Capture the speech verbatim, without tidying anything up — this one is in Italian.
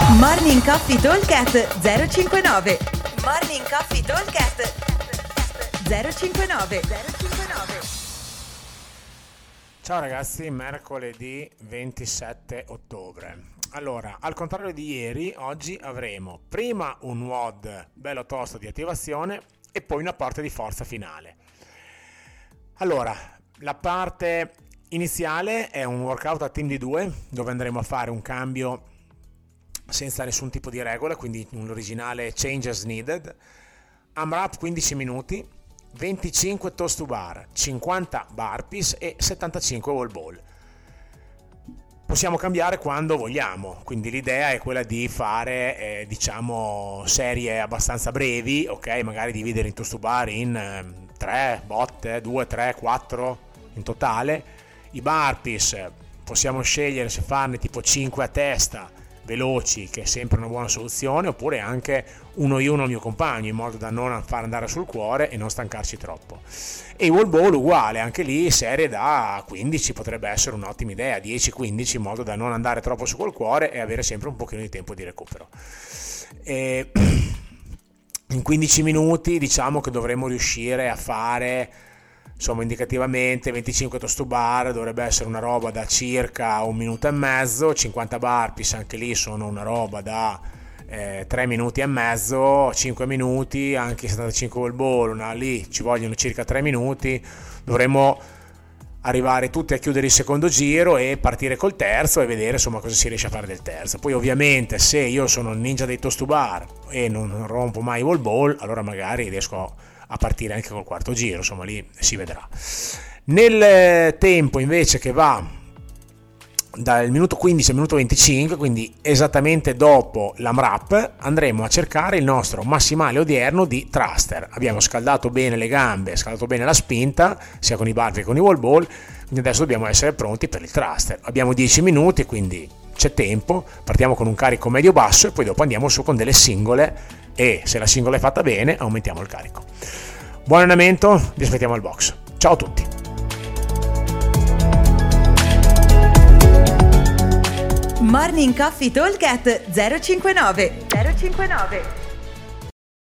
Morning Coffee Talkcast zero cinquantanove. Morning Coffee Talkcast zero cinquantanove. Ciao ragazzi, mercoledì ventisette ottobre. Allora, al contrario di ieri, oggi avremo prima un W O D bello tosto di attivazione e poi una parte di forza finale. Allora, la parte iniziale è un workout a team di due, dove andremo a fare un cambio senza nessun tipo di regola, quindi un originale change as needed. AMRAP quindici minuti, venticinque toes to bar, cinquanta burpees e settantacinque wall ball. Possiamo cambiare quando vogliamo, quindi l'idea è quella di fare eh, diciamo serie abbastanza brevi, ok? Magari dividere in toes to bar in eh, tre botte, due, tre, quattro in totale. I burpees possiamo scegliere se farne tipo cinque a testa veloci, che è sempre una buona soluzione, oppure anche uno io uno al mio compagno, in modo da non far andare sul cuore e non stancarci troppo. E i wall ball uguale, anche lì serie da quindici potrebbe essere un'ottima idea, dieci quindici, in modo da non andare troppo su col cuore e avere sempre un pochino di tempo di recupero. E in quindici minuti diciamo che dovremmo riuscire a fare, insomma, indicativamente venticinque toes to bar dovrebbe essere una roba da circa un minuto e mezzo, cinquanta burpees anche lì sono una roba da eh, tre minuti e mezzo, cinque minuti, anche settantacinque wall ball, una, lì ci vogliono circa tre minuti. Dovremmo arrivare tutti a chiudere il secondo giro e partire col terzo e vedere insomma cosa si riesce a fare del terzo. Poi ovviamente se io sono il ninja dei toes to bar e non rompo mai wall ball, allora magari riesco a partire anche col quarto giro, insomma lì si vedrà. Nel tempo invece che va dal minuto quindici al minuto venticinque, quindi esattamente dopo l'AMRAP, andremo a cercare il nostro massimale odierno di thruster. Abbiamo scaldato bene le gambe, scaldato bene la spinta, sia con i bar che con i wall ball, quindi adesso dobbiamo essere pronti per il thruster. Abbiamo dieci minuti, quindi c'è tempo, partiamo con un carico medio-basso e poi dopo andiamo su con delle singole e se la singola è fatta bene aumentiamo il carico. Buon allenamento, vi aspettiamo al box. Ciao a tutti. Morning Coffee Talkcast zero cinquantanove.